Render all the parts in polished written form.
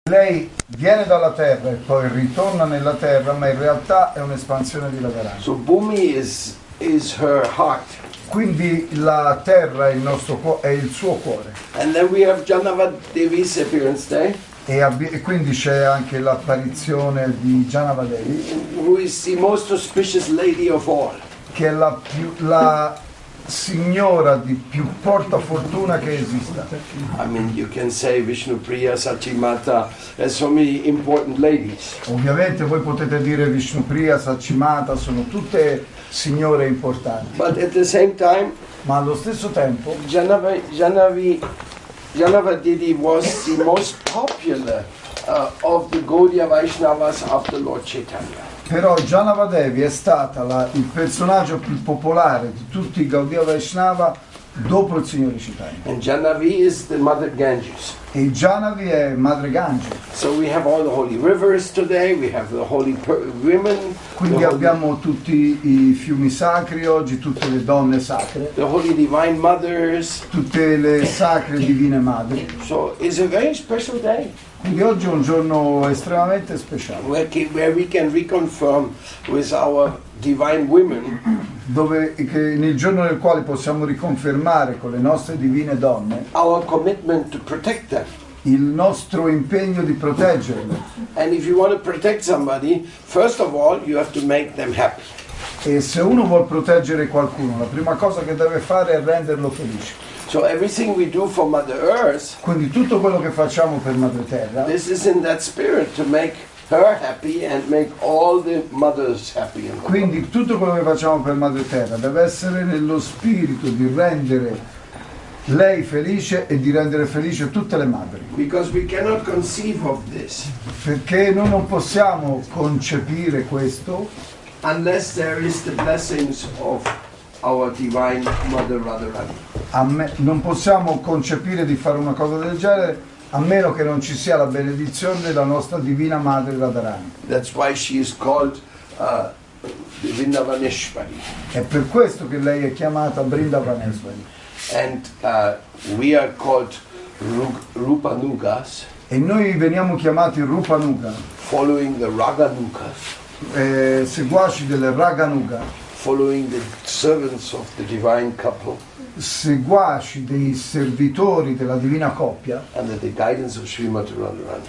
Lei viene dalla terra e poi ritorna nella terra, ma in realtà è un'espansione di Radharani. So Bhumi is her heart. Quindi la terra è il suo cuore. And then we have Janava Devi's appearance day. E quindi c'è anche l'apparizione di Janavadevi, who is the most auspicious lady of all. Che è la signora di più portafortuna che esista. I mean, you can say Vishnupriya, Sachimata, there's so many important ladies. Ovviamente voi potete dire Vishnupriya, Sachimata, sono tutte signore importanti. But at the same time, ma allo stesso tempo Janavadidi was the most popular of the Gaudiya Vaishnavas after Lord Chaitanya. Però Janavadevi è stata il personaggio più popolare di tutti i Gaudiya Vaishnava dopo il Signore Chaitanya. And Janavi is the mother Ganges. E Janavi è madre Gange. So we have all the holy rivers today, we have the holy women. Quindi abbiamo tutti i fiumi sacri oggi, tutte le donne sacre. The holy divine mothers. Tutte le sacre divine madri. So it's a very special day. Quindi oggi è un giorno estremamente speciale. Where we can reconfirm with our divine women. Nel giorno nel quale possiamo riconfermare con le nostre divine donne our commitment to protect them. Il nostro impegno di proteggerle. And if you want to protect somebody, first of all you have to make them happy. E se uno vuol proteggere qualcuno, la prima cosa che deve fare è renderlo felice. So everything we do for Mother Earth, quindi tutto quello che facciamo per Madre Terra, this is in that spirit to make her happy and make all the mothers happy. Quindi tutto quello che facciamo per Madre Terra deve essere nello spirito di rendere lei felice e di rendere felice tutte le madri. Because we cannot conceive of this. Perché noi non possiamo concepire questo unless there is the blessings of our divine Mother Radharani. Non possiamo concepire di fare una cosa del genere a meno che non ci sia la benedizione della nostra divina madre Radharani. That's why she is called Vrindavaneshwari. È per questo che lei è chiamata Vrindavaneshwari. And we are called Rupanugas. E noi veniamo chiamati Rupanuga. Following the Raganugas. Seguaci delle Raganuga. Following the servants of the divine couple. Seguaci dei servitori della divina coppia. Under the guidance of Srimati Radharani.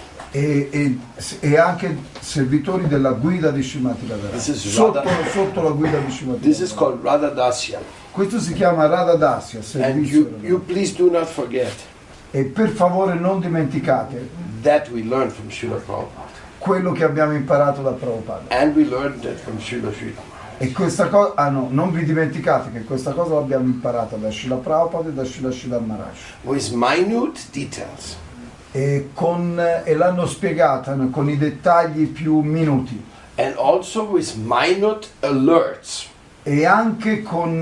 E anche servitori della guida di Srimati Radharani. Sotto la guida di Srimati Radharani. This is called Radha Dasya. Questo si chiama Radha Dasya. And you please do not forget. E per favore non dimenticate that we learned from Srila Prabhupada. Quello che abbiamo imparato da Prabhupada. And we learned that from Srila Sridhar. E questa cosa, non vi dimenticate che questa cosa l'abbiamo imparata da Srila Prabhupada e da Srila Sridhar Maharaj. With minute details. E l'hanno spiegata con i dettagli più minuti. And also with minute alerts. E anche con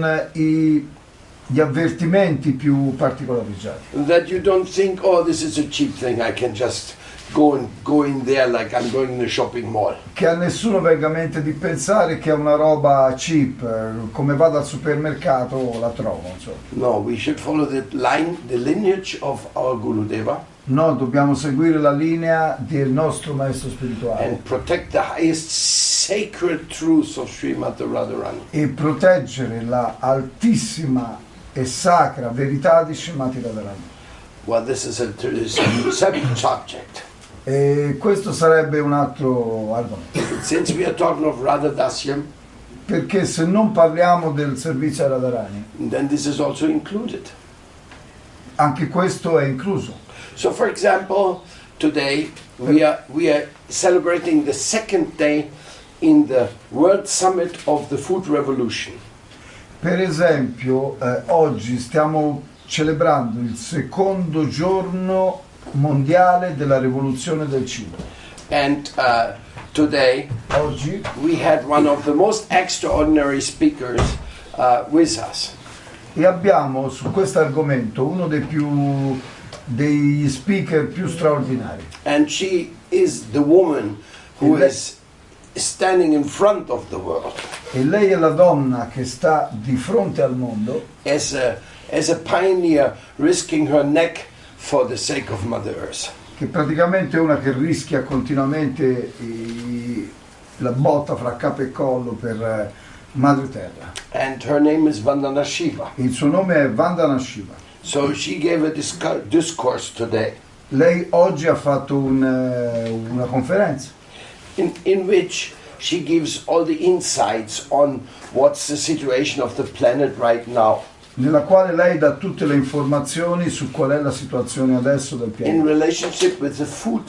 gli avvertimenti più particolarizzati. That you don't think, oh, this is a cheap thing, I can just go in there like I'm going in a shopping mall. Che a nessuno venga a mente di pensare che è una roba cheap, come vado al supermercato la trovo, insomma. No, we should follow the lineage of our Gurudeva. No, dobbiamo seguire la linea del nostro maestro spirituale. And protect the highest sacred truths of Srimati Radharani. E proteggere la altissima e sacra verità di Srimati Radharani. Well, this is a separate subject. E questo sarebbe un altro argomento. Since we are talking of Radha Dasyam, perché se non parliamo del servizio a Radharani, then this is also included. Anche questo è incluso. So, for example, today we are celebrating the second day in the World Summit of the Food Revolution. Per esempio, oggi stiamo celebrando il secondo giorno mondiale della rivoluzione del cibo. And today oggi we had one of the most extraordinary speakers with us. E abbiamo su questo argomento uno degli speaker più straordinari. And she is the woman who is standing in front of the world. E lei è la donna che sta di fronte al mondo. As a pioneer risking her neck for the sake of Mother Earth. che praticamente è una che rischia continuamente la botta fra capo e collo per Madre Terra. And her name is Vandana Shiva. Il suo nome è Vandana Shiva. So she gave a discourse today Lei oggi ha fatto una conferenza in which she gives all the insights on what's the situation of the planet right now nella quale lei dà tutte le informazioni su qual è la situazione adesso del in pianeta relationship with the food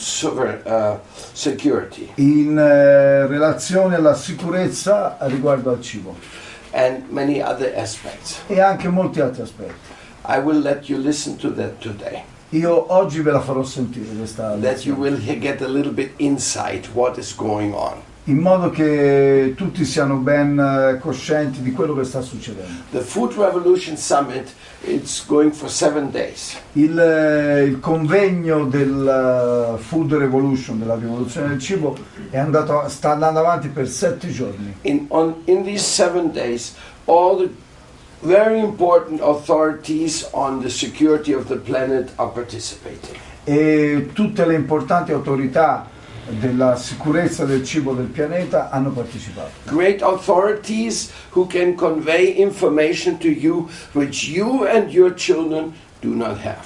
security in relazione alla sicurezza riguardo al cibo and many other aspects. e anche molti altri aspetti. I will let you listen to that today, Io oggi ve la farò sentire questa that you lezione, will get a little bit insight what is going on. in modo che tutti siano ben coscienti di quello che sta succedendo. The Food Revolution Summit, it's going for 7 days. Il convegno del Food Revolution, della rivoluzione del cibo, sta andando avanti per 7 giorni. In these 7 days, all the very important authorities on the security of the planet are participating. E tutte le importanti autorità della sicurezza del cibo del pianeta hanno partecipato. Great authorities who can convey information to you which you and your children do not have.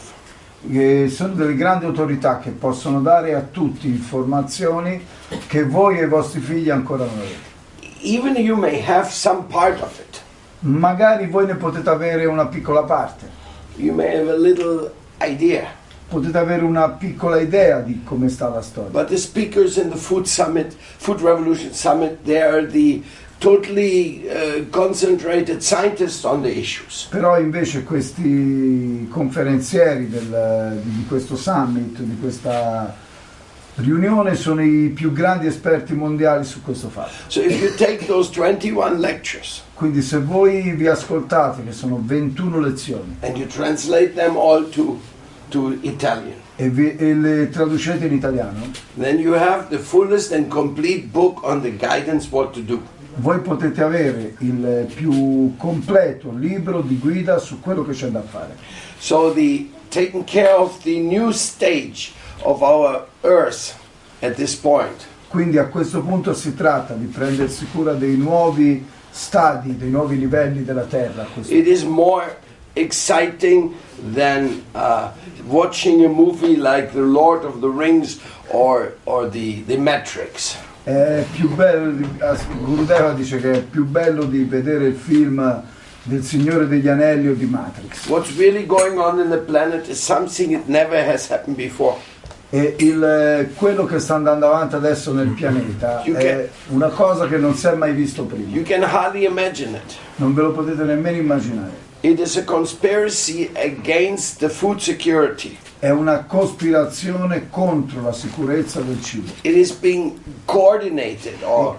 E sono delle grandi autorità che possono dare a tutti informazioni che voi e i vostri figli ancora non avete. Even you may have some part of it. Magari voi ne potete avere una piccola parte, You may have a little idea. potete avere una piccola idea di come sta la storia. But the speakers in the Food Revolution Summit, they are the totally concentrated scientists on the issues. Però invece questi conferenzieri di questo summit, di questa riunione, sono i più grandi esperti mondiali su questo fatto. So if you take those 21 lectures Quindi se voi vi ascoltate, che sono 21 lezioni, and you translate them all to Italian, e le traducete in italiano, then you have the fullest and complete book on the guidance what to do. voi potete avere il più completo libro di guida su quello che c'è da fare. So the taking care of the new stage of our earth at this point. Quindi a questo punto si tratta di prendersi cura dei nuovi stadi, dei nuovi livelli della Terra. a questo It is more exciting than watching a movie like The Lord of the Rings or the Matrix. È più bello, Gurudeva dice che è più bello di vedere il film del Signore degli Anelli o di Matrix. What's really going on in the planet is something that never has happened before. E quello che sta andando avanti adesso nel pianeta You è una cosa che non si è mai visto prima. You can hardly imagine it. Non ve lo potete nemmeno immaginare. It is a conspiracy against the food security. È una cospirazione contro la sicurezza del cibo. It is being coordinated or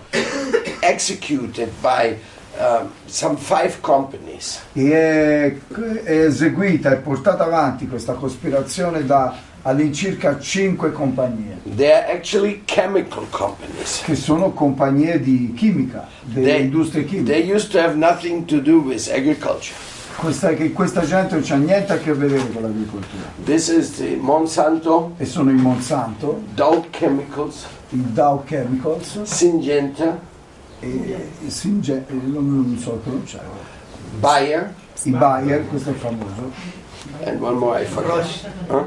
executed by some 5 companies. E è eseguita e portata avanti questa cospirazione da all'incirca 5 compagnie, They are actually chemical companies. che sono compagnie di chimica, delle industrie They chimiche. used to have nothing to do with agriculture. Questa gente non c'ha niente a che vedere con l'agricoltura. This is the Monsanto, E sono i Monsanto, Dow Chemicals, i Dow Chemicals, Syngenta, non so pronunciare, Bayer, i Bayer, questo è famoso, and one more I forgot. Huh?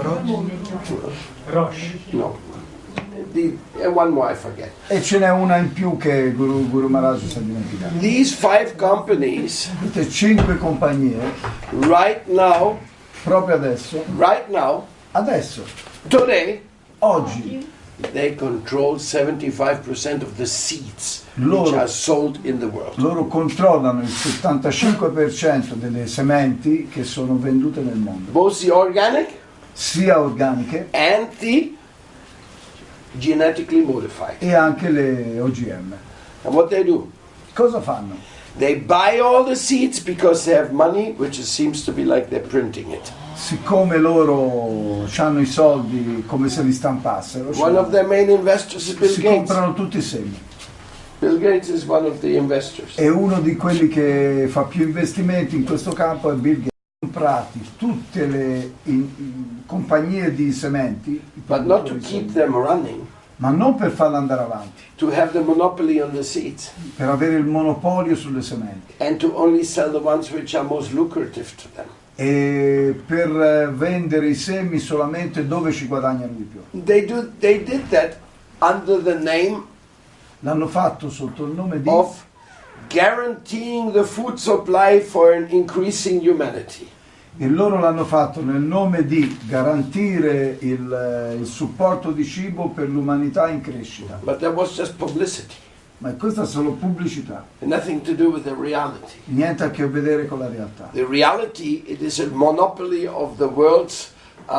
Roche. No. One more I forget. e ce n'è una in più che Guru Maharaj si è dimenticato. These 5 companies, Queste 5 compagnie, right now, proprio adesso, today, oggi, they control 75% of the seeds which Loro- are sold in the world. loro controllano il 75% delle sementi che sono vendute nel mondo, Both the organic sia organiche and the genetically modified. e anche le OGM. And what they do? Cosa fanno? They buy all the seeds because they have money, which it seems to be like they're printing it. Siccome loro hanno i soldi come se li stampassero, One of their main investors is Bill si Gates. comprano tutti i semi. Bill Gates is one of the investors. E uno di quelli che fa più investimenti in questo campo è Bill Gates. comprati tutte le compagnie di sementi, i but not to produttori di keep sementi, them running, ma non per farle andare avanti, to have the monopoly on the seeds, per avere il monopolio sulle sementi and to only sell the ones which are most lucrative to them. e per vendere i semi solamente dove ci guadagnano di più. They did that under the name L'hanno fatto sotto il nome di of guaranteeing the food supply for an increasing humanity. e loro l'hanno fatto nel nome di garantire il supporto di cibo per l'umanità in crescita. But that was just publicity, Ma questa è solo pubblicità, nothing to do with the reality. niente a che vedere con la realtà. The reality, it is a monopoly of the world's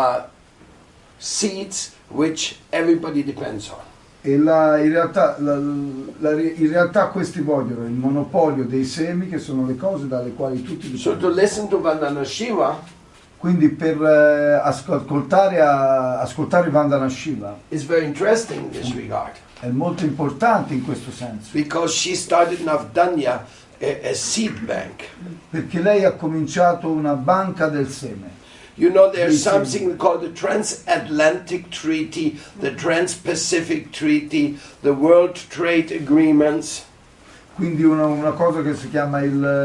seeds which everybody depends on. E in realtà questi vogliono il monopolio dei semi, che sono le cose dalle quali tutti So to dipendono. listen to Vandana Shiva Quindi per ascoltare Vandana Shiva is very interesting in this regard, è molto importante in questo senso, because she started in Avdanya a seed bank. perché lei ha cominciato una banca del seme. You know, there's something called the Transatlantic Treaty, the Trans-Pacific Treaty, the World Trade Agreements. Quindi una cosa che si chiama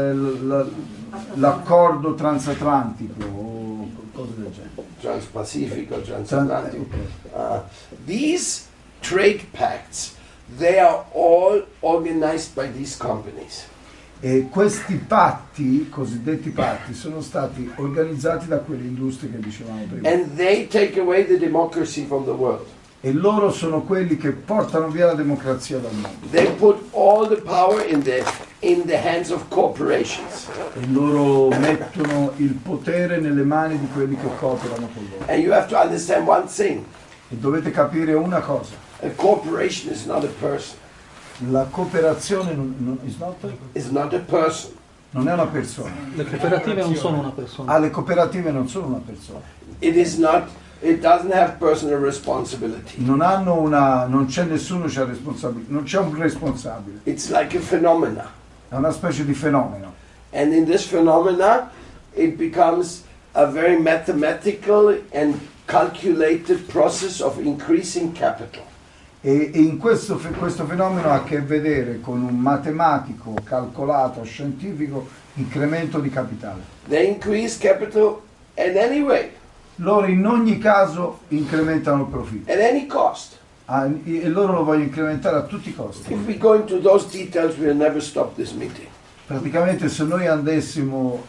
l'accordo transatlantico o cose del genere. Trans-Pacific, Transatlantic. Ok. These trade pacts, they are all organized by these companies. E questi patti, cosiddetti patti, sono stati organizzati da quelle industrie che dicevamo prima. And they take away the democracy from the world. E loro sono quelli che portano via la democrazia dal mondo. They put all the power in the hands of corporations. E loro mettono il potere nelle mani di quelli che cooperano con loro. And you have to understand one thing. E dovete capire una cosa. A corporation is not a person. La cooperazione It's not a person. non è una persona. Le cooperative non sono una persona. Ah, le cooperative non sono una persona. It doesn't have personal responsibility. Non c'è nessuno che ha responsabilità, non c'è un responsabile. It's like a phenomena. È una specie di fenomeno. And in this phenomena, it becomes a very mathematical and calculated process of increasing capital. E in questo fenomeno ha a che vedere con un matematico, calcolato, scientifico incremento di capitale. They increase capital at any way, Loro in ogni caso incrementano il profitto. at any cost. E loro lo vogliono incrementare a tutti i costi. If we go into those details, we'll never stop this meeting. Praticamente se noi andassimo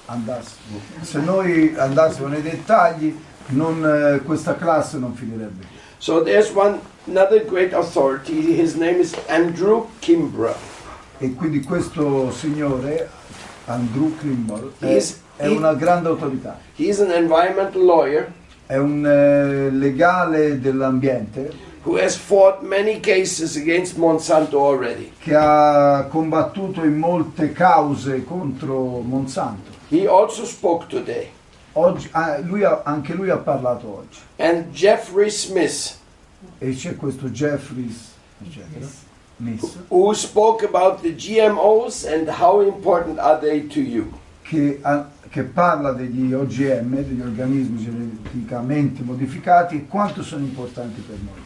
nei dettagli, questa classe non finirebbe. So there's another great authority. His name is Andrew Kimbrough. E quindi questo signore, Andrew Kimball, He's- è una grande autorità. He's an environmental lawyer È un legale dell'ambiente who has fought many cases against Monsanto already. che ha combattuto in molte cause contro Monsanto. He also spoke today. Oggi, anche lui ha parlato oggi. And Jeffrey Smith, E c'è questo Jeffries, eccetera, Smith, who spoke about the GMOs and how important are they to you. che parla degli OGM, degli organismi geneticamente modificati, e quanto sono importanti per noi.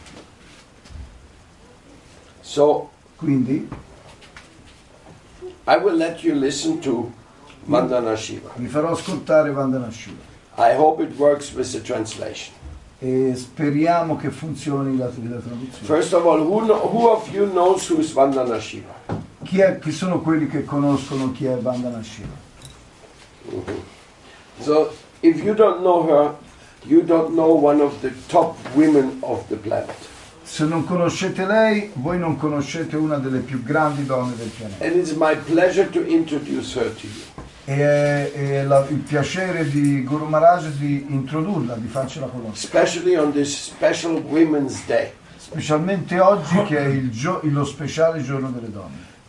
So Quindi I will let you listen to Vandana Shiva. vi farò ascoltare Vandana Shiva I hope it works with the translation. e speriamo che funzioni la traduzione. First of all, who of you knows who is Vandana Shiva? Chi sono quelli che conoscono chi è Vandana Shiva? So if you don't know her, you don't know one of the top women of the planet. Se non conoscete lei, voi non conoscete una delle più grandi donne del pianeta. And it's my pleasure to introduce her to you. Il piacere di Guru Maharaj di introdurla, di farcela conoscere. Especially on this special Women's Day. Specialmente oggi che è lo speciale giorno delle donne.